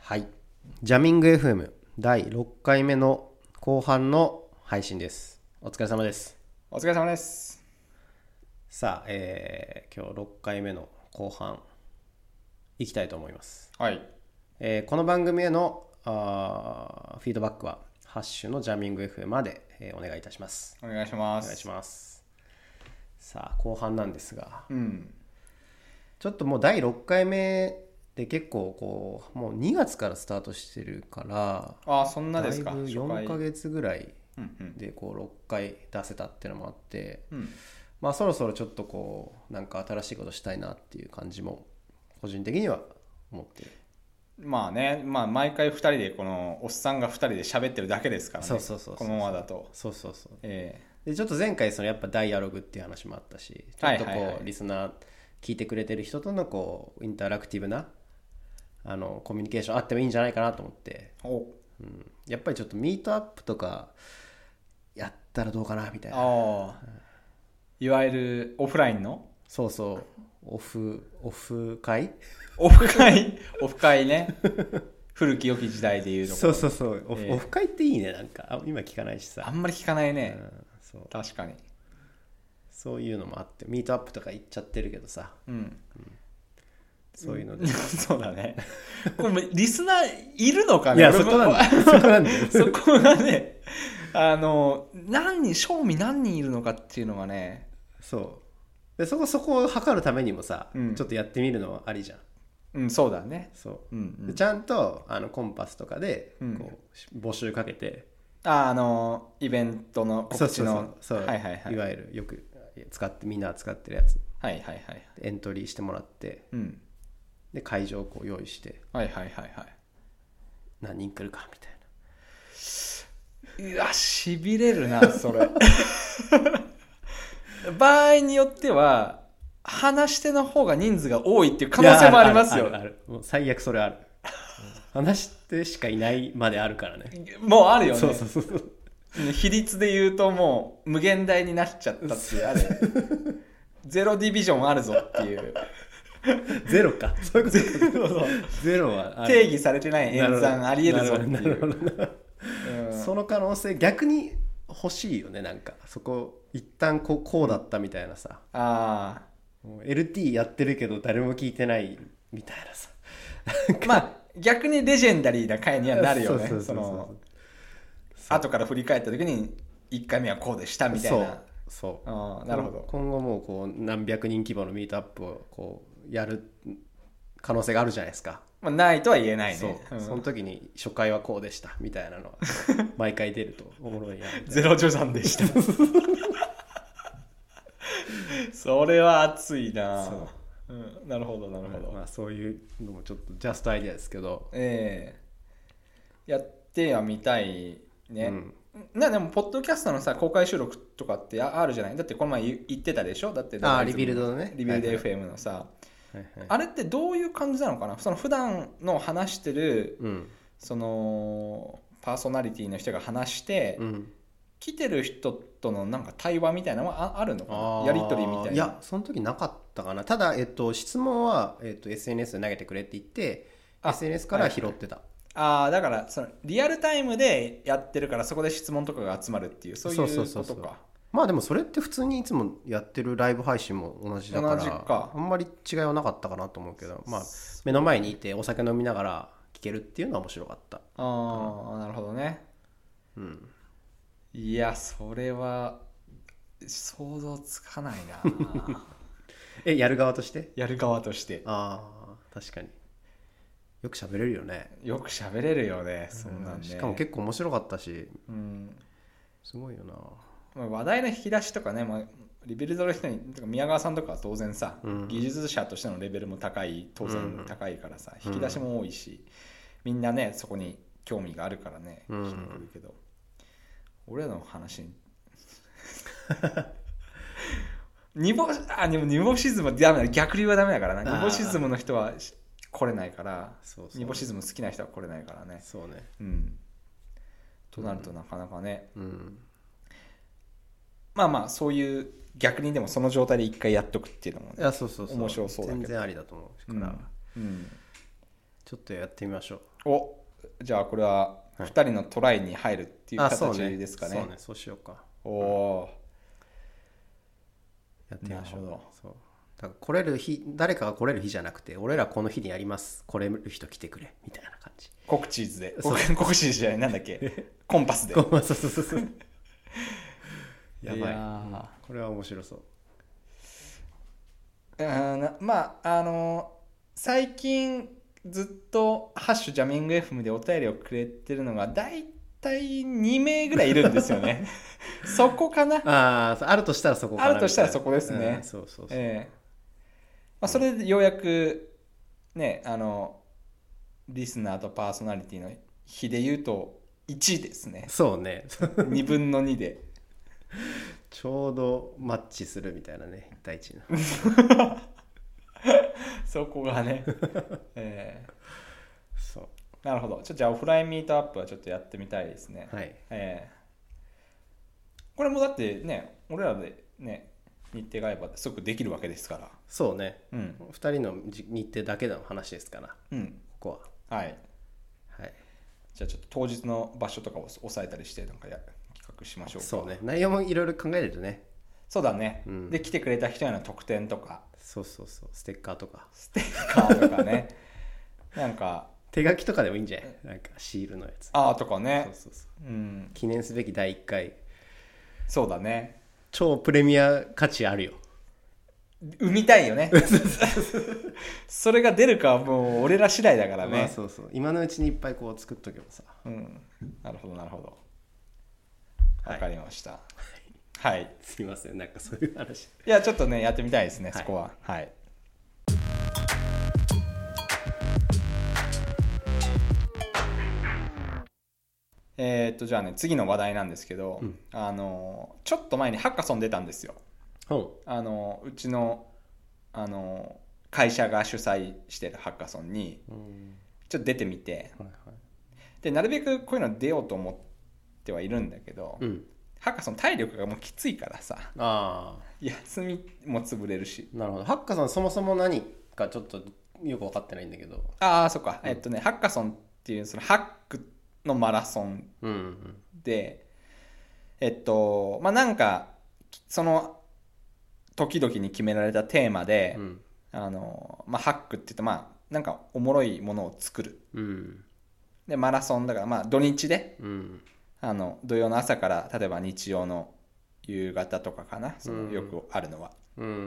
はい。ジャミング FM 第6回目の後半の配信です。お疲れ様です。 お疲れ様です。 さあ、今日6回目の後半いきたいと思います。 はい。 この番組へのフィードバックはハッシュのジャミング FM まで、お願いいたします。 お願いします。 お願いします。さあ後半なんですが、ちょっともう第6回目で結構こうもう2月からスタートしてるから、 そんなですか。 だいぶ4ヶ月ぐらいうんうんでこう6回出せたっていうのもあって、 うんまあそろそろちょっとこうなんか新しいことしたいなっていう感じも個人的には思ってる。 まあね、毎回2人でこのおっさんが2人で喋ってるだけですからね。 そうこのままだと。 そうでちょっと前回そのやっぱダイアログっていう話もあったし、ちょっとこうリスナー聞いてくれてる人とのこうインタラクティブなコミュニケーションあってもいいんじゃないかなと思って、やっぱりちょっとミートアップとかやったらどうかなみたいな。 いわゆるオフラインのそうオフ会オフ会ね。古き良き時代でいうところ。 そうオフ会っていいね。なんか今聞かないしさ、 あんまり聞かないね。 そう確かにそういうのもあってミートアップとか行っちゃってるけどさ、そういうのでそうだね。これリスナーいるのかね。 いやそこなんだよそこがね、賞味何人いるのかっていうのがね。 そうでそこを測るためにもさ、ちょっとやってみるのはありじゃん。 そうだね。 そう、でちゃんとコンパスとかでこう、募集かけて、 イベントの告知のいわゆるよくみんな使ってるやつ、エントリーしてもらって、で会場をこう用意して、何人来るかみたいな。 うわしびれるなそれ。場合によっては話し手の方が人数が多いっていう可能性もありますよ。 あるもう最悪それある。話し手しかいないまであるからね。 もうあるよね。 そう比率で言うともう無限大になっちゃったっていうあれ。ゼロディビジョンあるぞっていう。 ゼロか。そういうことゼロは定義されてない演算ありえるぞっていう。 その可能性逆に欲しいよね。なんかそこ一旦こうだったみたいなさ。LT やってるけど誰も聞いてないみたいなさ。 まあ逆にレジェンダリーな回にはなるよね。後から振り返った時に1回目はこうでしたみたいな。 そうなるほど。 今後もこう何百人規模のミートアップをこうやる可能性があるじゃないですか。 ないとは言えないね。 その時に初回はこうでしたみたいなのは毎回出るとおもろいな。 ゼロ助産でした。それは熱いな。なるほど。 まあそういうのもちょっとジャストアイデアですけど、 やってはみたいね。でもポッドキャストのさ公開収録とかってあるじゃない。だってこの前言ってたでしょ。だってリビルドのね、 リビルド FM のさ、あれってどういう感じなのかな。その普段の話してる、そのパーソナリティの人が話して、来てる人とのなんか対話みたいなのはあるのかな。やり取りみたいな。 いやその時なかったかな。ただ質問はSNS で投げてくれって言って、SNS から拾ってた。 だからそのリアルタイムでやってるからそこで質問とかが集まるっていうそういうことか。 まあでもそれって普通にいつもやってるライブ配信も同じだからあんまり違いはなかったかなと思うけど、まあ目の前にいてお酒飲みながら聞けるっていうのは面白かった。 なるほどね。いやそれは想像つかないな。 やる側として？ やる側として。 確かによく喋れるよね。 よく喋れるよね。そんなんね。 しかも結構面白かったし、すごいよな。 話題の引き出しとかね、リビルドの人に宮川さんとかは当然さ、技術者としてのレベルも高い、当然高いからさ、引き出しも多いし、みんなねそこに興味があるからね聞きに来るけど、俺らの話にニボシズムはダメだ。逆流はダメだからな。ニボシズムの人は来れないから、ニボシズム好きな人は来れないからね。 そうね。 となるとなかなかね。まあそういう逆にでもその状態で一回やっとくっていうのも、ね、面白そうだけど。 全然ありだと思うから。 ちょっとやってみましょう。お、じゃあこれは2人のトライに入るっていう形ですかね。 そうね、そうしようか。 おお、 やってみましょう。 なるほど。 そうだから来れる日、誰かが来れる日じゃなくて、俺らこの日にやります、来れる人来てくれみたいな感じ。 コクチーズで。コクチーズじゃない、なんだっけ、コンパスで。 そうそうそうそうやばい。 やこれは面白そう。 まあ最近ずっとハッシュジャミング FM でお便りをくれてるのがだいたい2名ぐらいいるんですよね。そこかな。 あるとしたらそこかな。 あるとしたらそこですね。 そうそうそう。 まあ、それでようやくね、リスナーとパーソナリティの比で言うと1ですね。 そうね。 2分の2で。 ちょうどマッチするみたいなね、1対1の。 そこがね。 そう。 なるほど。じゃあオフラインミートアップはちょっとやってみたいですね。 はい。 これもだってね、俺らでね、日程が合えばすぐできるわけですから。 そうね。 うん。 2人の日程だけの話ですから。 うん。 ここは。 はい。 はい。 じゃあちょっと当日の場所とかを押さえたりしてなんか企画しましょうか。 そうね。内容もいろいろ考えるとね。 そうだね。 うん、 で来てくれた人への特典とか。 そうそうそう。ステッカーとか。 ステッカーとかね。なんか手書きとかでもいいんじゃない？なんかシールのやつ。 とかね。 そうそうそう。 うん。 記念すべき第1回。 そうだね。 超プレミア価値あるよ。 生みたいよね。それが出るかはもう俺ら次第だからね。 まあそうそう。今のうちにいっぱいこう作っとけばさ。 うん。なるほどなるほど。 はい、 わかりました。はい。 すいません。なんかそういう話。 いやちょっとねやってみたいですね、 はい、 そこは。はい。じゃあね次の話題なんですけど、 うん、 ちょっと前にハッカソン出たんですよ。 うちの会社が主催してるハッカソンにちょっと出てみて、はいはい、でなるべくこういうの出ようと思ってはいるんだけど、うん、ハッカソン体力がもうきついからさ、休みも潰れるし。 なるほど。ハッカソンそもそも何かちょっとよく分かってないんだけど。 そっか、ハッカソンっていうそのハックのマラソンで、まあなんかその時々に決められたテーマで、まあハックって言ってまあなんかおもろいものを作る、でマラソンだからまあ土日で、土曜の朝から例えば日曜の夕方とかかな、そのよくあるのは、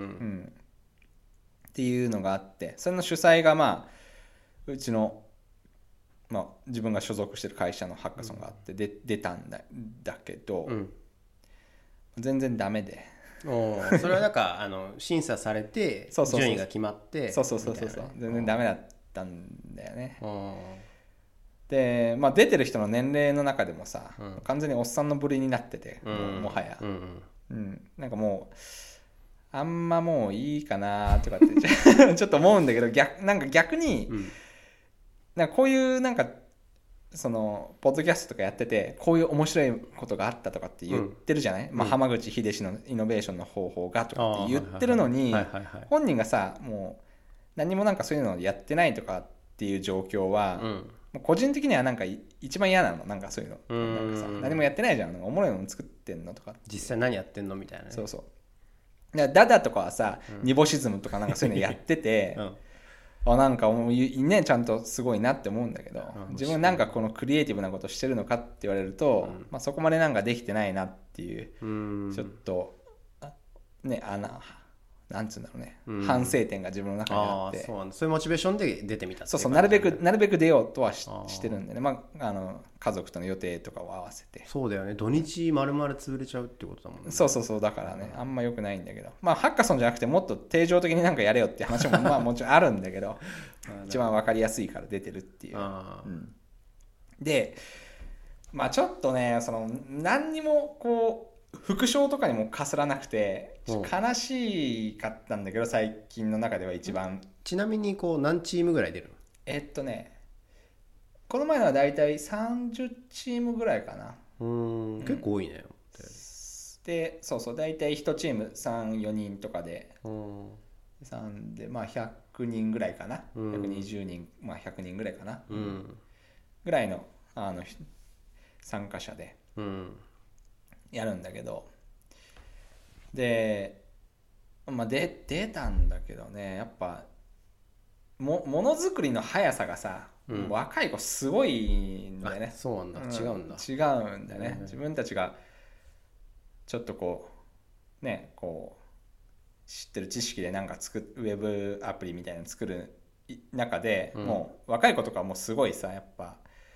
っていうのがあって、それの主催がまあうちのまあ、自分が所属してる会社のハッカソンがあって、出たんだけど、全然ダメで。 それはなんか審査されて順位が決まってそう全然ダメだったんだよね。で、まあ、出てる人の年齢の中でもさ、完全におっさんの部類になってて、もはや、なんかもうあんまもういいかなとかってちょっと思うんだけど、なんか逆に、なんかこういうなんかそのポッドキャストとかやっててこういう面白いことがあったとかって言ってるじゃない、まあ、浜口秀氏のイノベーションの方法がとかって言ってるのに、本人がさもう何もなんかそういうのやってないとかっていう状況は、個人的にはなんか一番嫌なの。なんかそういうのなんかさ何もやってないじゃん、なんかおもろいの作ってんのとか、 実際何やってんのみたいな、ね、 そうダダとかはさ、ニボシズムとかなんかそういうのやってて、なんかねちゃんとすごいなって思うんだけど、自分なんかこのクリエイティブなことしてるのかって言われると、まあ、そこまでなんかできてないなっていう、ちょっとねなんつうんだろうね、反省点が自分の中にあって、 そういうモチベーションで出てみたっていう。 そうなるべく出ようとはしてるんでね、まあ、家族との予定とかを合わせて。 そうだよね、土日丸々潰れちゃうってことだもんね。 そうだからね、あんま良くないんだけど、まあハッカソンじゃなくてもっと定常的になんかやれよって話もまあもちろんあるんだけど一番分かりやすいから出てるっていう、でまあちょっとねその何にもこう副賞とかにもかすらなくて悲しかったんだけど、最近の中では一番。 ちなみにこう何チームぐらい出るの？ この前のはだいたい30チームぐらいかな。 結構多いね。 でそうだいたい1チーム 3,4 人とかで、3でまあ100 100人ぐらいかな、120人、まあ、100人ぐらいかな、ぐらいの、参加者でやるんだけど、で、まあ、出たんだけどね、やっぱものづくりの速さがさ、若い子すごいんだよね。 そうなんだ、違うんだ。 違うんだね、自分たちがちょっとこうね、こう知ってる知識でなんかウェブアプリみたいなの作る中で、もう若い子とかもすごいさ、やっぱ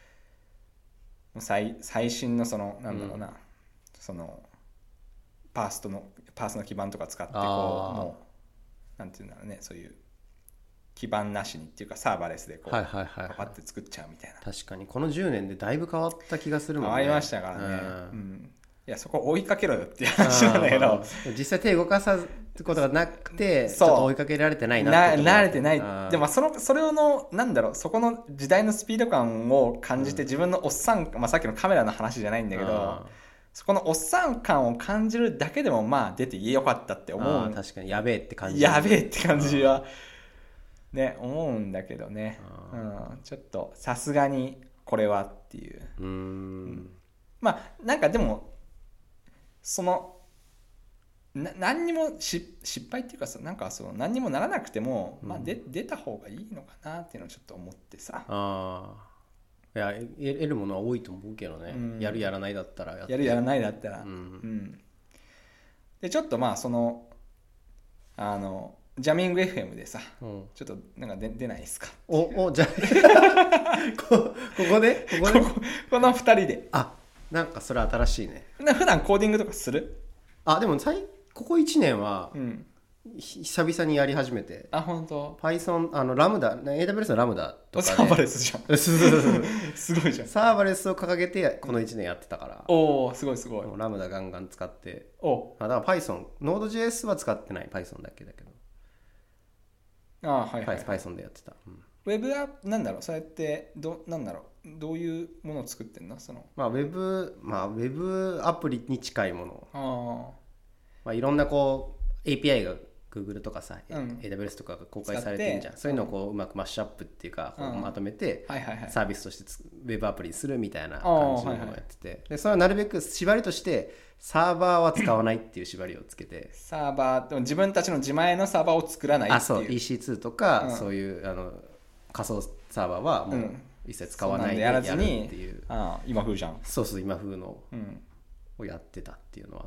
最新のそのなんだろうな、そのパースの基盤とか使ってこう、もうなんていうんだろうね、そういう基盤なしにっていうかサーバーレスでこう、パパって作っちゃうみたいな。 確かにこの10年でだいぶ変わった気がするもんね。 変わりましたからね、いやそこ追いかけろよっていう話なんだけど、 実際手動かすことがなくてちょっと追いかけられてないなって慣れてない。でもそれのなんだろう、そこの時代のスピード感を感じて、自分のおっさん、さっきのカメラの話じゃないんだけど、そこのおっさん感を感じるだけでもまあ出てよかったって思う。 確かにやべえって感じはね、思うんだけどね、ちょっとさすがにこれはっていう。まあなんかでもその何にも失敗っていうかさ、なんかその何にもならなくても、まあ、出た方がいいのかなっていうのをちょっと思ってさ。 いや得るものは多いと思うけどね、やるやらないだったらやないだったら、でちょっとまあそのジャミング FM でさ、ちょっとなんか出ないですか。 じゃここでこの2人で。 なんかそれ新しいね。 普段コーディングとかする？ でもここ1年は、久々にやり始めて。 本当。 Python ラムダ AWS のラムダとかでサーバレスじゃん。すごいじゃん。 サーバレスを掲げてこの1年やってたから。 すごいすごい。 ラムダガンガン使って。 だから Python Node.js は使ってない、 Python だけだけど。Python でやってた。 ウェブはなんだろう、そうやってなんだろう、どういうものを作ってんの？そのウェブアプリに近いもの。いろんなこう API が Google とかさ、AWS とかが公開されてるじゃん。そういうのをこううまくマッシュアップっていうか、まとめてサービスとしてウェブアプリにするみたいな感じのものをやってて、でそれはなるべく縛りとしてサーバーは使わないっていう縛りをつけて、 サーバーでも自分たちの自前のサーバーを作らないっていう。 そう EC2 とか、そういう仮想サーバーはもう一切使わないでやるっていう、 今風じゃん。 そう今風のをやってたっていうのはあって、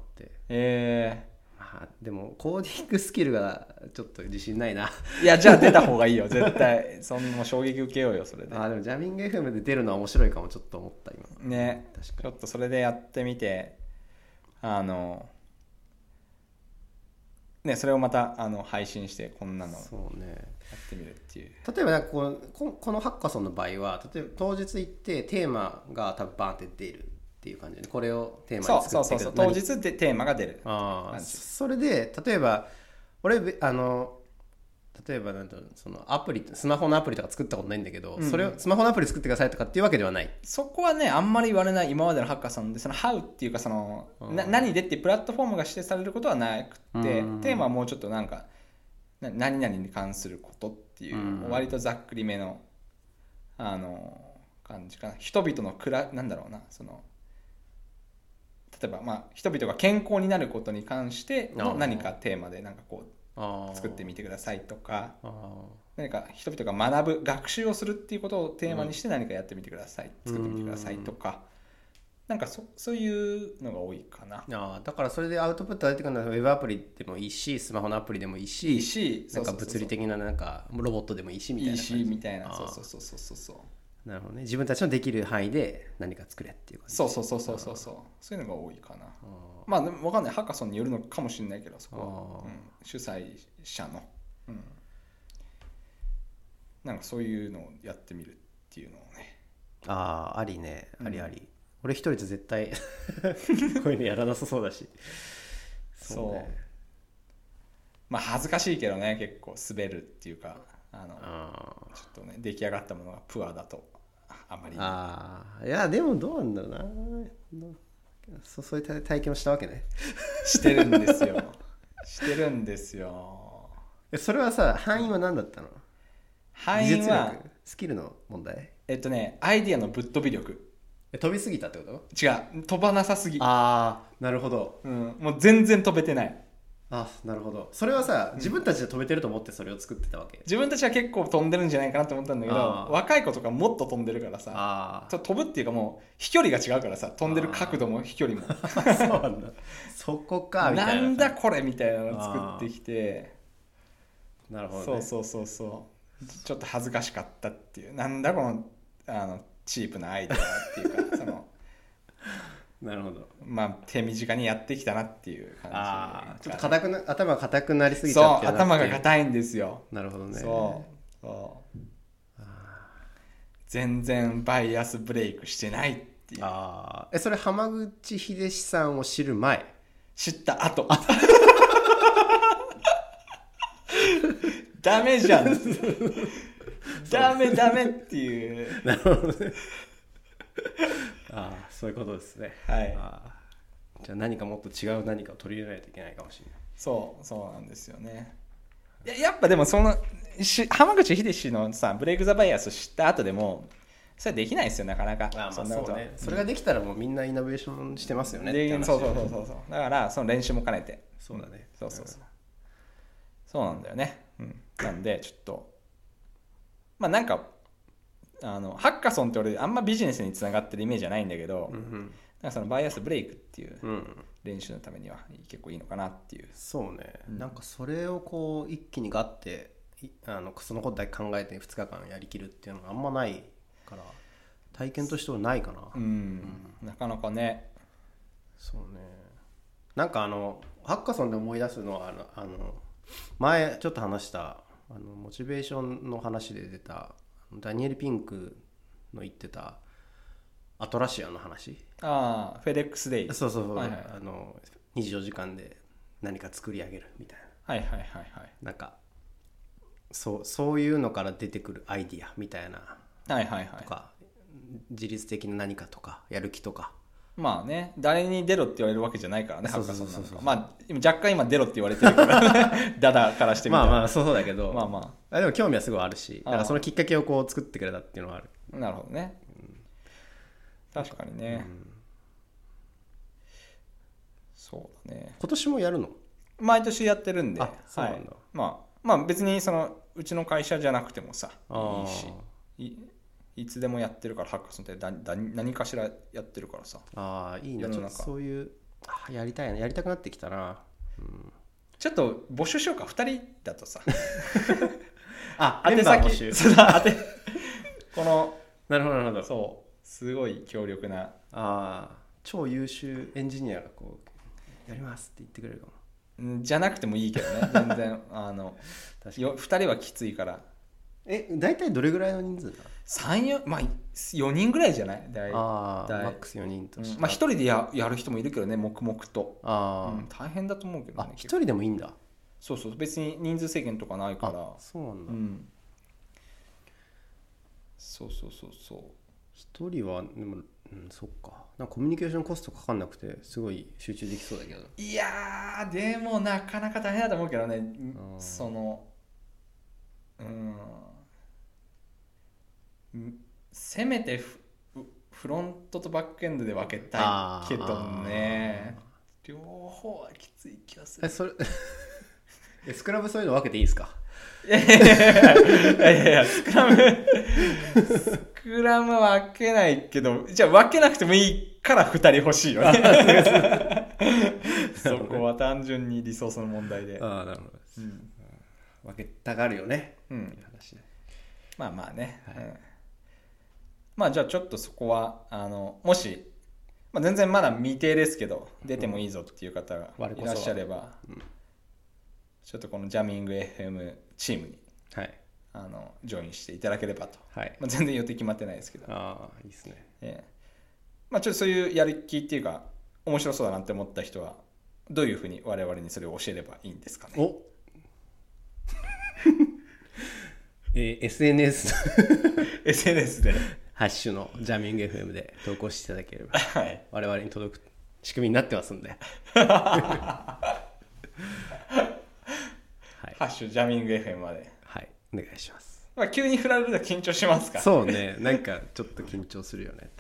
でもコーディングスキルがちょっと自信ないな。 いやじゃあ出た方がいいよ絶対。そんな衝撃受けようよそれで。 でもジャミング FM で出るのは面白いかも、ちょっと思った今ね。確かにちょっとそれでやってみて、それをまた配信してこんなのやってみるっていう。 例えばなんかこのハッカソンの場合は、例えば当日行ってテーマが多分バーンって出るっていう感じで、これをテーマに作ってそう当日でテーマが出る。 それで例えば俺例えばそのアプリ、スマホのアプリとか作ったことないんだけど、それをスマホのアプリ作ってくださいとかっていうわけではない。 そこはねあんまり言われない。今までのハッカーさんでその How っていうかその、何でっていうプラットフォームが指定されることはなくて、テーマはもうちょっとなんか何々に関することっていう、割とざっくりめの感じかな。人々のなんだろうな、その例えば人々が健康になることに関しての何かテーマでなんかこう作ってみてくださいとか、何か人々が学習をするっていうことをテーマにして何かやってみてください、作ってみてくださいとか、なんかそういうのが多いかな。 だからそれでアウトプットが出てくるのはウェブアプリでもいいし、スマホのアプリでもいいし、なんか物理的ななんかロボットでもいいしみたいな感じ。 みたいな。そうなるほどね。自分たちのできる範囲で何か作れっていう感じ。 そういうのが多いかな。でも分かんない、ハッカソンによるのかもしれないけど、そこは、主催者の、なんかそういうのをやってみるっていうのをね。 ありね、あり。俺一人じゃ絶対こういうのやらなさそうだし。 そう。恥ずかしいけどね、結構滑るっていうか、ちょっとね出来上がったものがプアだとあまり、 いやでもどうなんだろうな。そういう体験をしたわけね。 してるんですよ。 それはさ、範囲は何だったの？技術範囲は力、スキルの問題？ アイディアのぶっ飛び力。 飛びすぎたってこと？ 違う、飛ばなさすぎ。 ああ、なるほど。 もう全然飛べてない。 あ、なるほど。それはさ、自分たちで飛べてると思ってそれを作ってたわけ？ 自分たちは結構飛んでるんじゃないかなと思ったんだけど、若い子とかもっと飛んでるからさ、飛ぶっていうかもう飛距離が違うからさ、飛んでる角度も飛距離もそうなんだ。そこかみたいな。 なんだこれみたいなのを作ってきて、 なるほどね。 そうちょっと恥ずかしかったっていう、なんだこのチープなアイデアっていうかそのなるほど。 まあ手短にやってきたなっていう感じ。 ちょっと頭が硬くなりすぎちゃって。 そう、頭が硬いんですよ。 なるほどね。 そう全然バイアスブレイクしてないっていう。 それ浜口秀志さんを知る前？ 知った後ダメじゃんダメっていう。 なるほどね。そういうことですね。 はい。 じゃあ何かもっと違う何かを取り入れないといけないかもしれない。 そうなんですよね。やっぱでも浜口秀志のさブレイク・ザ・バイアス知った後でもそれはできないですよ、なかなか。 そんなことはね。それができたらもうみんなイノベーションしてますよね。 そうだからその練習も兼ねて。 そうだね。 そうなんだよね。なんでちょっとまあなんかハッカソンって俺あんまビジネスにつながってるイメージじゃないんだけど、なんかそのバイアスブレイクっていう練習のためには結構いいのかなっていう。 そうね、なんかそれをこう一気にガッてそのことだけ考えて2日間やりきるっていうのがあんまないから体験としてはないかな。 なかなかね。 そうね。なんかハッカソンで思い出すのは前ちょっと話したモチベーションの話で出たダニエル・ピンクの言ってたアトラシアの話。 フェデックスデイ。 そう、24時間で何か作り上げるみたいな。なんかそういうのから出てくるアイディアみたいなとか、自律的な何かとかやる気とか。 まあね、誰に出ろって言われるわけじゃないからね、ハッカソンなんか。まあ若干今出ろって言われてるからダダからしてみたらまあそうだけど、 でも興味はすごいあるし、だからそのきっかけをこう作ってくれたっていうのはある。 なるほどね。確かにね。そうだね。 今年もやるの？ 毎年やってるんで。 そうなんだ。 まあ別にうちの会社じゃなくてもさ、いいし。いつでもやってるから、ハッカソンって何かしらやってるからさ。 いいな。ちょっとそういうやりたいな、やりたくなってきたな。 ちょっと募集しようか、2人だとさ宛先このなるほどそうすごい強力な超優秀エンジニアがこうやりますって言ってくれるかも。じゃなくてもいいけどね全然2人はきついから。 大体どれぐらいの人数だ ？4、まあ4人ぐらいじゃない？ マックス4人として、 まあ1人でやる人もいるけどね、黙々と。大変だと思うけどね。 1人でもいいんだ。 そう別に人数制限とかないから。 そうなんだ。 そう 1人はでも、そっか。なんかコミュニケーションコストかかんなくてすごい集中できそうだけど。 いやーでもなかなか大変だと思うけどね。せめてフロントとバックエンドで分けたいけどね。両方はきつい気がする。 スクラムそういうの分けていいですか？ いやスクラムは分けないけど、じゃあ分けなくてもいいから2人欲しいよねそこは単純にリソースの問題で。 なるほど、分けたがるよね。 まあね、まあじゃあちょっとそこはもし、全然まだ未定ですけど出てもいいぞっていう方がいらっしゃれば、ちょっとこのジャミング FM チームに、ジョインしていただければと。全然予定決まってないですけど。 いいですね。 ちょっとそういうやる気っていうか面白そうだなって思った人はどういうふうに我々にそれを教えればいいんですかね。 SNS でハッシュのジャミング FM で投稿していただければ、我々に届く仕組みになってますんでハッシュジャミング FM まで。 はいお願いします。 まあ、急に振られると緊張しますか？ そうね、なんかちょっと緊張するよね。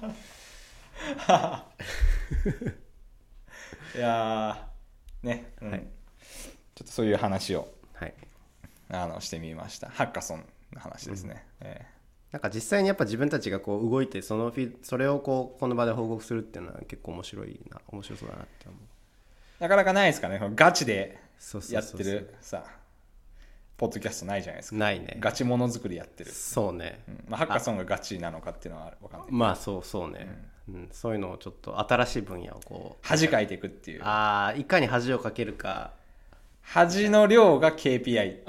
いやーね、うん、はい、ちょっとそういう話を、 はい、 してみました。ハッカソンの話ですね。 なんか実際にやっぱ自分たちがこう動いてそれをこの場で報告するっていうのは結構面白そうだなって思う。 なかなかないですかね、ガチでやってるさポッドキャストないじゃないですか。 ないね。 ガチものづくりやってる。 そうね、 まあ、ハッカソンがガチなのかっていうのは分かんない。 まあそうね、そういうのをちょっと新しい分野をこう恥かいていくっていう。 いかに恥をかけるか。 恥の量が KPI。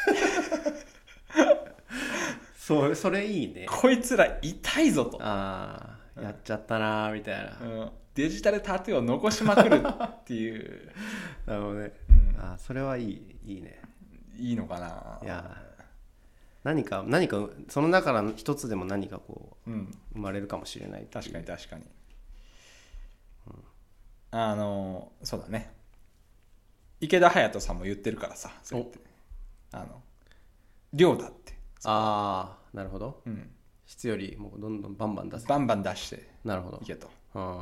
それいいね。 こいつら痛いぞと。 やっちゃったなみたいな、 デジタルタトゥーを残しまくるっていうなるほどね、それはいいね。 いいのかな。 いや何かその中の一つでも何かこう、生まれるかもしれない。 確かに、そうだね、池田隼人さんも言ってるからさ、そうやって量だって。 なるほど、質よりもうどんどんバンバン出して、 なるほど、 いけと。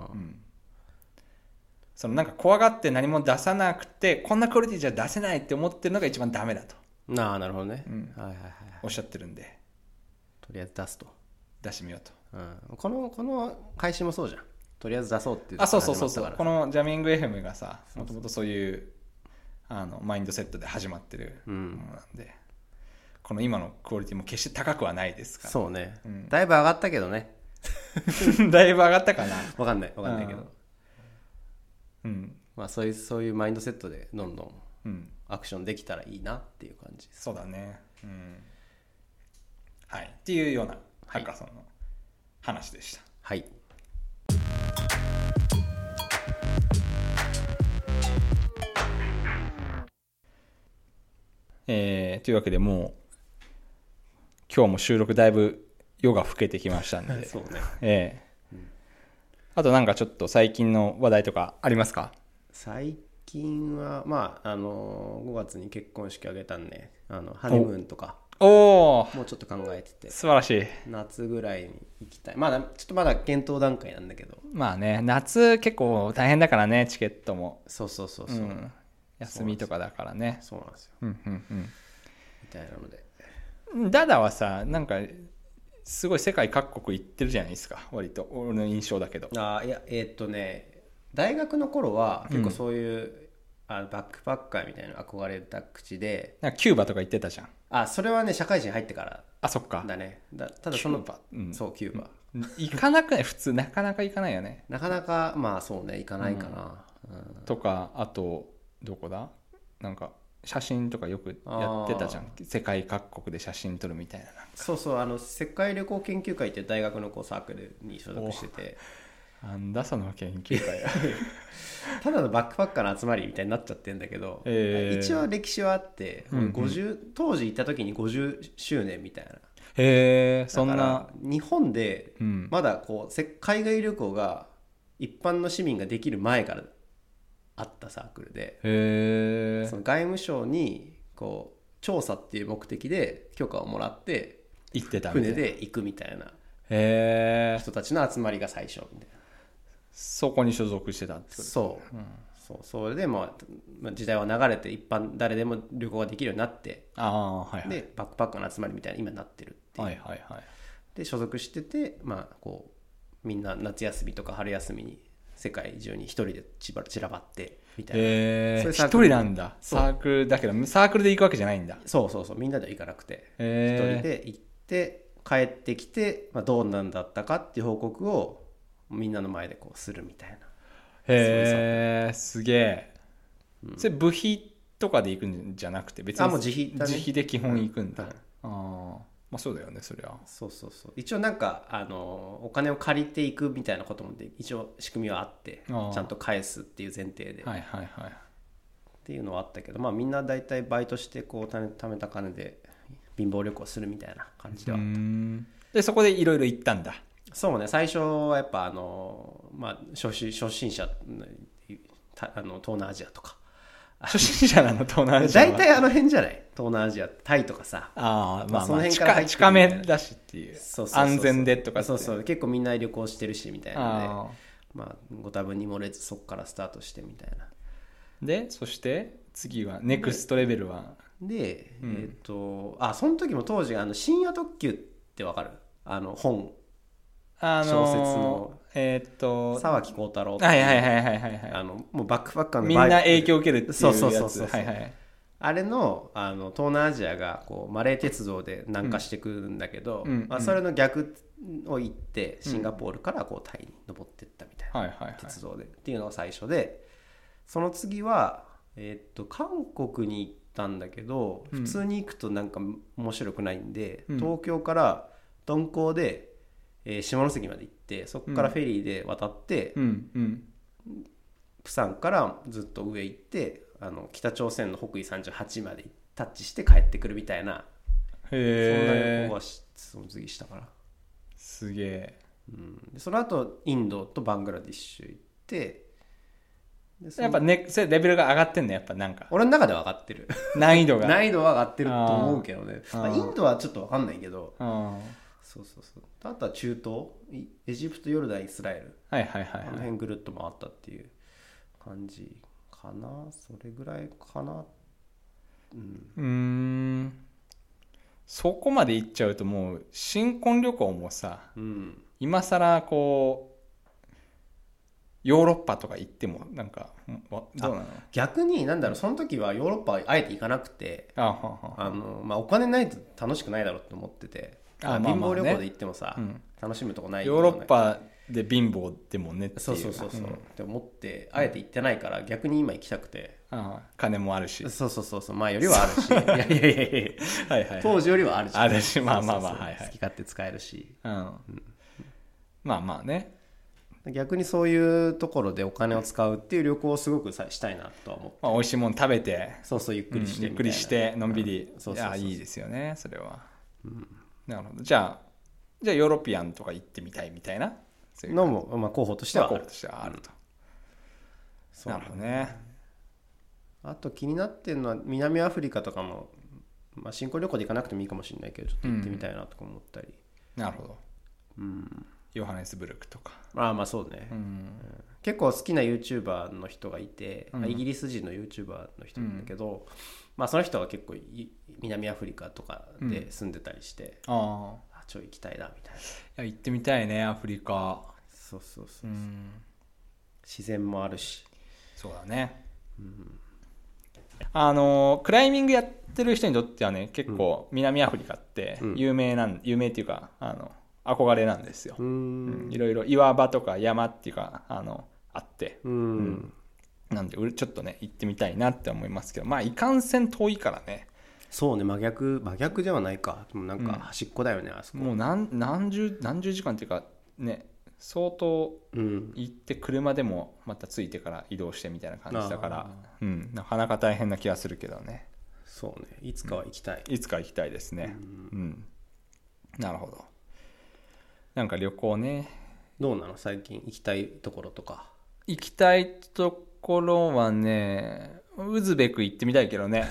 そのなんか怖がって何も出さなくて、こんなクオリティじゃ出せないって思ってるのが一番ダメだと。 なるほどね、 おっしゃってるんで、 とりあえず出してみようと。 この配信もそうじゃん。とりあえず出そうっていう。 そうこのジャミング FM がさ、もともとそういうマインドセットで始まってるものなんで、この今のクオリティも決して高くはないですから。 そうね、だいぶ上がったけどね。 だいぶ上がったかな。 分かんないけど、まあそういうマインドセットでどんどんアクションできたらいいなっていう感じです。 そうだね、はい、っていうようなハッカソンの話でした。 はい、 というわけで、もう今日も収録だいぶ夜が更けてきましたんでそうね、 あとなんかちょっと最近の話題とかありますか？ 最近は5月に結婚式あげたんで、ハネムーンとかもうちょっと考えてて、 素晴らしい。 夏ぐらいに行きたい。ちょっとまだ検討段階なんだけど、 まあね、夏結構大変だからね、チケットも。 そう、 休みとかだからね。 そうなんですよ、みたいなので。 ダダはさ、なんかすごい世界各国行ってるじゃないですか、割と俺の印象だけど。 いや大学の頃は結構そういう、バックパッカーみたいな憧れた口で、 なんかキューバとか行ってたじゃん。 それはね、社会人入ってからそっかだね。ただそのそうキューバ行かなくない？普通なかなか行かないよね。 なかなかそうね、行かないかな、 とか、あとどこだ、なんか写真とかよくやってたじゃん。世界各国で写真撮るみたいな。 そう世界旅行研究会っていう大学のサークルに所属してて、 なんだその研究会ただのバックパッカーの集まりみたいになっちゃってるんだけど、一応歴史はあって、当時行った時に50周年みたいな。 そんな。 日本でまだ海外旅行が一般の市民ができる前からあったサークルで、その外務省に調査っていう目的で許可をもらって行ってた船で行くみたいな人たちの集まりが最初みたいな。 そこに所属してたってこと。 それで時代は流れて一般誰でも旅行ができるようになって、でバックパッカーの集まりみたいな今になってるっていう、で所属してて、みんな夏休みとか春休みに世界中に一人で散らばってみたいな。 一人なんだ。サークルだけど、サークルで行くわけじゃないんだ。 みんなでは行かなくて、一人で行って帰ってきて、どうなんだったかっていう報告をみんなの前でするみたいな。 すげえ。それ部費とかで行くんじゃなくて、別にもう自費だね。 自費で基本行くんだ。そうだよね、そりゃ。 そう一応なんかお金を借りていくみたいなことも一応仕組みはあって、ちゃんと返すっていう前提で、っていうのはあったけど、みんな大体バイトして貯めた金で貧乏旅行するみたいな感じではあった。 でそこでいろいろ行ったんだ。 そうね、最初はやっぱ初心者東南アジアとか初心者なの東南アジアは。 大体あの辺じゃない、東南アジア、タイとかさ。 ああ、まあそのまあ辺から入ってくる近めだしっていう。 そうそうそうそう安全でとかって。 そうそう、結構みんな旅行してるしみたいなので、 あまあご多分に漏れずそこからスタートしてみたいな。 ーで、そして次はネクストレベルは。 で、 うんその時も当時深夜特急ってわかる？本、 小小説の沢木耕太郎っていうはいはいはいはいはいはい。 もうバックパッカーのみんな影響を受けるっていうやつ。 そうそうそうそうはいはい。 あれの、東南アジアがこうマレー鉄道で南下してくるんだけど、 うんまあ、それの逆を行ってシンガポールからこうタイに登っていったみたいな、 はいはいはい。 鉄道でっていうのが最初で、その次は、韓国に行ったんだけど、 うん普通に行くとなんか面白くないんで、 うん東京から鈍行で、下関まで行って、そこからフェリーで渡って、 うんうん。 プサンからずっと上行って北朝鮮の北緯38までタッチして帰ってくるみたいな、そんなへえ。 旅行はその次したから、 すげえ。 でその後インドとバングラディッシュ行って、でそのやっぱね、それレベルが上がってんのやっぱなんか。 俺の中では上がってる難易度が。 難易度は上がってると思うけどね、 あーまあ、インドはちょっと分かんないけど、 うん。 そうそうそう、あとは中東、エジプト、ヨルダン、イスラエル、 はいはいはいあのはい。 辺ぐるっと回ったっていう感じかな、それぐらいかな。 そこまで行っちゃうともう新婚旅行もさ、 うん今更こうヨーロッパとか行ってもなんかどうなの？ 逆になんだろう、その時はヨーロッパあえて行かなくて、 あははまあ、お金ないと楽しくないだろうって思ってて、 あまあまあね貧乏旅行で行ってもさ、 うん楽しむとこないヨーロッパで貧乏でもねっていう。 そうそうそうそう、 んって思ってあえて行ってないから逆に今行きたくて、 金もあるし。 そうそうそうそう、前よりはあるしいやいやいやいやはいはいはい。 当時よりはあるし、 あるしまあまあまあそうそうそうはいはい好き勝手使えるし、 まあまあね。 逆にそういうところでお金を使うっていう旅行をすごくしたいなとは思って、 まあ、美味しいもの食べて、 そうそうゆっくりしてみたいな、 ゆっくりしてのんびり、 そうそうそうそう、 いいですよねそれは、なるほど。じゃあヨーロピアンとか行ってみたいみたいな、そういうのも、まあ、候補としてはある、 候補としてはあると、 そうなるほどね。 あと気になってるのは南アフリカとかも、まあ、新婚旅行で行かなくてもいいかもしれないけどちょっと行ってみたいなとか思ったり、 なるほど、ヨハネスブルクとか、 まあそうね、結構好きな YouTuber の人がいて、イギリス人の YouTuber の人なんだけど、まあ、その人は結構南アフリカとかで住んでたりして、ちょい行きたいなみたいな。 いや行ってみたいねアフリカ。 そうそうそう、自然もあるし。 そうだね、クライミングやってる人にとってはね結構南アフリカって有名っていうか憧れなんですよ。いろいろ岩場とか山っていうかあって、なんでちょっとね行ってみたいなって思いますけど、まあいかんせん遠いからね。 そうね、真逆ではないか、でもなんか端っこだよね、あそこ。 もう何十時間っていうかね、相当行って車でもまた着いてから移動してみたいな感じだから、なかなか大変な気がするけどね。 そうね、いつかは行きたい、 いつか行きたいですね。なるほど。なんか旅行ね、 どうなの最近行きたいところとか。 行きたいところはね、ウズベク行ってみたいけどね。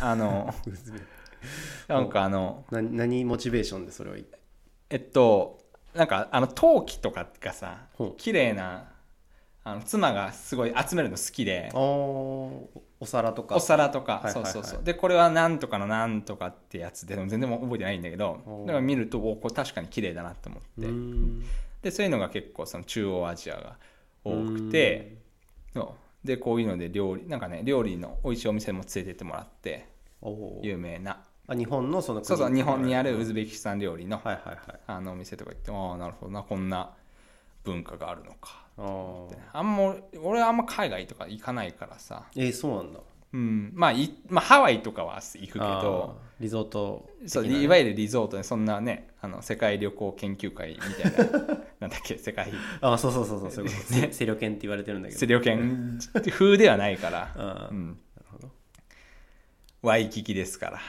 なんか何モチベーションでそれをなんか陶器とかがさ、綺麗な妻がすごい集めるの好きで、 お皿とか、 そうそうそう、でこれはなんとかのなんとかってやつで、でも全然覚えてないんだけど、だから見るとこれ確かに綺麗だなと思って、でそういうのが結構その中央アジアが多くて、でこういうので料理の美味しいお店も連れてってもらって、有名な日本のそう日本にあるウズベキスタン料理のお店とか行って、なるほどな、こんな文化があるのか。俺はあんま海外とか行かないからさ。 そうなんだ。 まあハワイとかは行くけど、 リゾート、 そういわゆるリゾートでそんなね、世界旅行研究会みたいななんだっけ、世界そうそうそうそういうことね、セリオ研って言われてるんだけど、 セリオ研風ではないからなるほど、ワイキキですから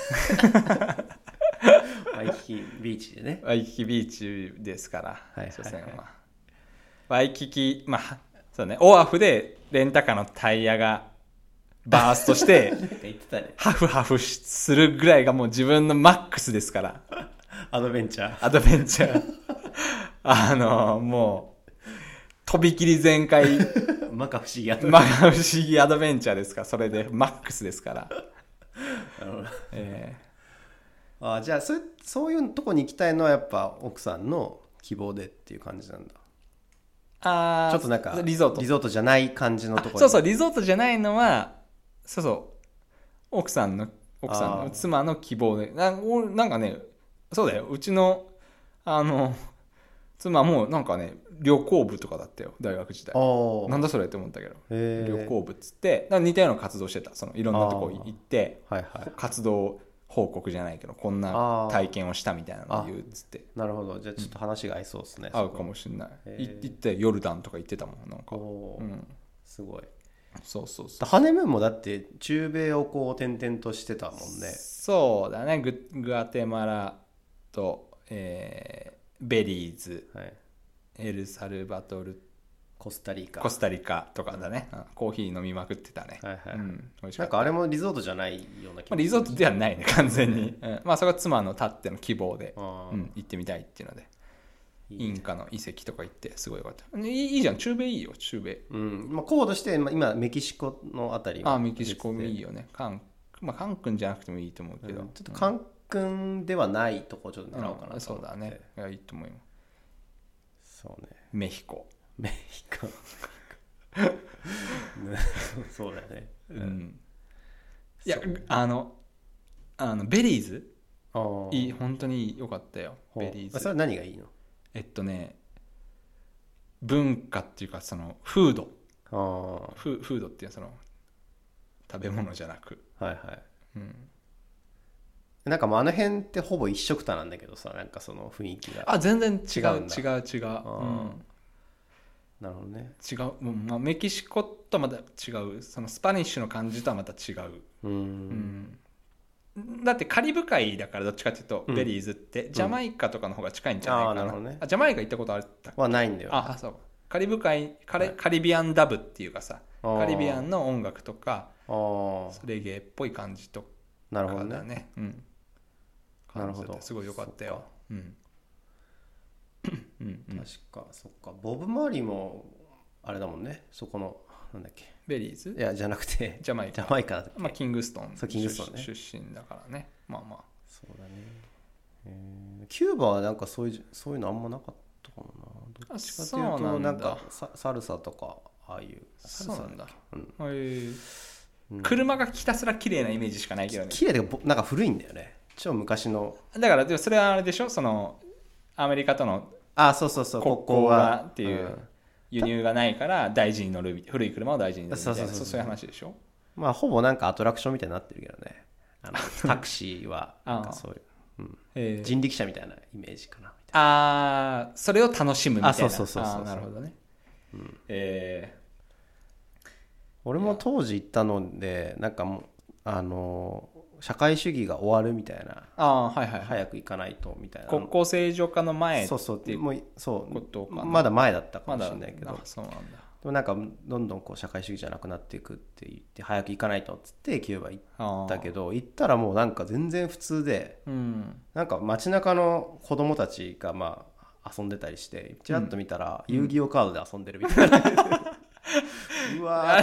ワイキキビーチでね、 ワイキキビーチですから、所詮はワイキキ、まあそうね、オアフでレンタカーのタイヤがバーストしてなんか言ってたね。 ハフハフするぐらいがもう自分のマックスですから。 アドベンチャー。 アドベンチャー。もう、とびきり全開。 摩訶不思議アドベンチャー。 まあ不思議アドベンチャーですから、それでマックスですから。 なるほど。じゃあそういうとこに行きたいのはやっぱ奥さんの希望でっていう感じなんだ。ちょっとなんかリゾートじゃない感じのところ。 そうそう、リゾートじゃないのは、そうそう、奥さんの妻の希望で、なんかね、そうだよ、うちの妻もなんかね、旅行部とかだったよ、大学時代。なんだそれって思ったけど、旅行部っつってなんか似たような活動してた。そのいろんなとこ行って、 はいはい、 活動報告じゃないけどこんな体験をしたみたいなのを言うっつって。 なるほど、じゃあちょっと話が合いそうですね、 合うかもしれない。行ってヨルダンとか行ってたもん、なんか、 すごい。 そうハネムーンもだって中米をこう転々としてたもんね。 そうだね。グアテマラと、ベリーズ、はい、エルサルバトル、 コスタリカとかだね、コーヒー飲みまくってたね。 はいはい、美味しかった。なんかあれもリゾートじゃないような気がする。 リゾートではないね、完全に。まあそれは妻のたっての希望で、行ってみたいっていうので、インカの遺跡とか行ってすごいよかった。いいじゃん、中米いいよ、中米。 高度して今メキシコのあたりは。 メキシコもいいよね。カンクンじゃなくてもいいと思うけど、 ちょっとカンクンではないとこちょっと狙おうかなと。 そうだね。いや、いいと思うよ。 そうね。 メヒコそうだね。 いや、ベリーズ本当に良かったよ。ベリーズ。 それは何がいいの？ 文化っていうか、そのフードっていうその食べ物じゃなく、 はいはい、なんかもうあの辺ってほぼ一緒くたなんだけどさ、なんかその雰囲気が全然違う。 なるほどね。 違う、メキシコとはまた違う、そのスパニッシュの感じとはまた違う。だってカリブ海だから、どっちかっていうとベリーズってジャマイカとかの方が近いんじゃないかな。 なるほどね。 ジャマイカ行ったことあるはないんだよ。 そう。カリブ海カリビアンダブっていうかさ、カリビアンの音楽とかレゲエっぽい感じとかだね。 なるほどね。なるほど。 すごい良かったよ。 確か、そっか。ボブ・マーリーもあれだもんね、そこのなんだっけ、 ベリーズ？ いやじゃなくてジャマイカだっけ。キングストン、 そう、キングストンね、 出身だからね。 そうだね。キューバはなんかそういうのあんまなかったかもな。どっちかというとなんかサルサとかああいうサルサなんだ。 車がひたすら綺麗なイメージしかないけどね。 綺麗でなんか古いんだよね、超昔の。 だからでもそれはあれでしょ、そのアメリカとのそう国交がっていう、輸入がないから大事に乗る、古い車を大事に乗るみたいな、そういう話でしょ。 ほぼなんかアトラクションみたいになってるけどね。タクシーはなんかそういう、人力車みたいなイメージかなみたいな。 それを楽しむみたいな。 そうなるほどね。 俺も当時行ったので、なんかもう社会主義が終わるみたいな、早く行かないとみたいな、 国交正常化の前っていうことかな。 まだ前だったかもしれないけど、 そうなんだ。 でもなんかどんどんこう社会主義じゃなくなっていくって言って、早く行かないとっつってキューバ行ったけど、行ったらもうなんか全然普通で、なんか街中の子供たちが遊んでたりして、ちらっと見たら遊戯王カードで遊んでるみたいな、うわ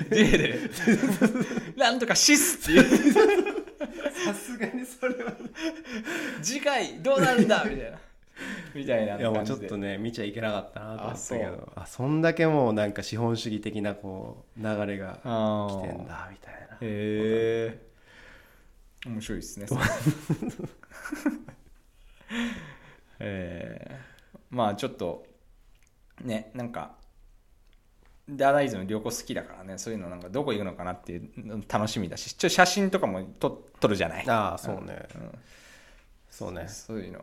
ーなんとかシスっていうさすがにそれは次回どうなるんだみたいな感じで。 いやもうちょっとね見ちゃいけなかったなと思ったけど、そんだけもうなんか資本主義的なこう流れが来てんだみたいな。 面白いですね。ちょっとね、なんかダーダイズの旅行好きだからね、そういうのなんかどこ行くのかなっていうの楽しみだし、写真とかも撮るじゃない。 そうね、そうね、 そういうの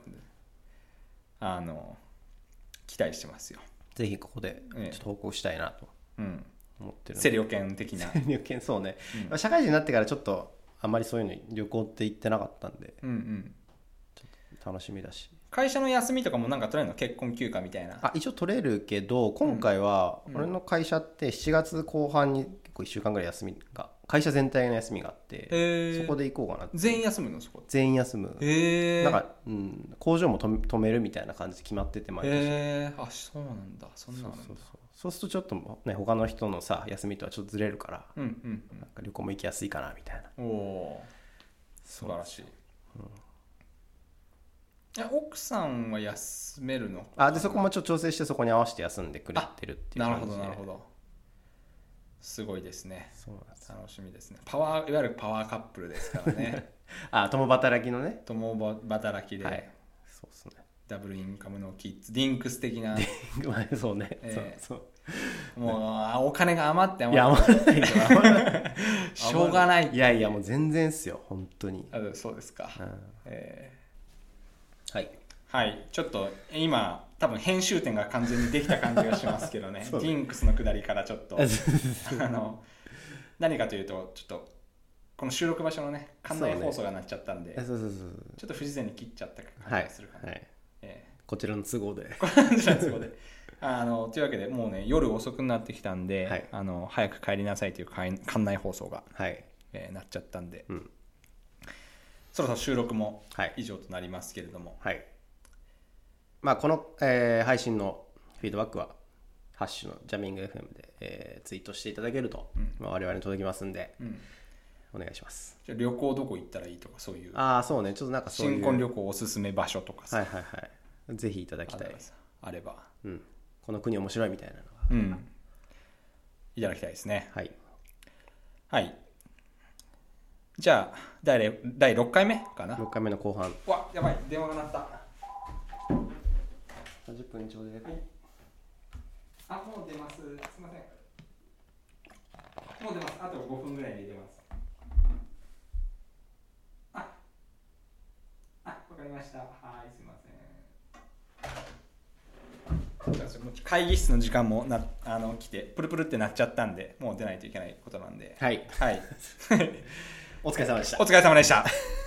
期待してますよ。 ぜひここでちょっと報告したいなと思ってる。 セリオ犬的な。 セリオ犬、そうね、社会人になってからちょっとあんまりそういうの旅行って行ってなかったんで、ちょっと楽しみだし。 会社の休みとかもなんか取れるの？結婚休暇みたいな。 一応取れるけど、今回は俺の会社って7月後半に結構1週間ぐらい休みが会社全体の休みがあって、そこで行こうかなって。 全員休むのそこ？ 全員休む。なんか、工場も止めるみたいな感じで決まってて、毎年。 あ、そうなんだ。そんなのなんだ。 そうするとちょっとね、他の人のさ休みとはちょっとずれるから、なんか旅行も行きやすいかなみたいな。 おー、素晴らしい。奥さんは休めるの？ でそこもちょっと調整して、そこに合わせて休んでくれてるっていう感じで。 なるほど。すごいですね。 そうなんです。 楽しみですね。いわゆるパワーカップルですからね。 共働きのね。 共働きで、 そうですね。 ダブルインカムのキッズ、ディンクス的な。 そうね。 もうお金が余って余らないしょうがない。 いやもう全然っすよ本当に。 そうですか。 はい、 ちょっと今多分編集点が完全にできた感じがしますけどね。ディンクスの下りからちょっと何かというと、ちょっとこの収録場所のね館内放送が鳴っちゃったんで、ちょっと不自然に切っちゃった感じがするかな。 こちらの都合で。 というわけでもうね夜遅くなってきたんで、早く帰りなさいという館内放送が、なっちゃったんで、そろそろ収録も以上となりますけれども、 この、配信のフィードバックはハッシュのジャミング FM で、ツイートしていただけると、我々に届きますんで、お願いします。 じゃあ旅行どこ行ったらいいとか、そういうそうね、ちょっとなんかそういう新婚旅行おすすめ場所とかさ、 ぜひいただきたい。 あれば、 この国面白いみたいなのが、 いただきたいですね。 はい。 じゃあ第6回目かな。 6回目の後半。 やばい、電話が鳴った。 30分ちょうどで。 もう出ます。すみません。もう出ます。あと5分ぐらいで出ます。わかりました。すみません。会議室の時間も来てプルプルってなっちゃったんで、もう出ないといけないことなんで。 お疲れ様でした。 お疲れ様でした。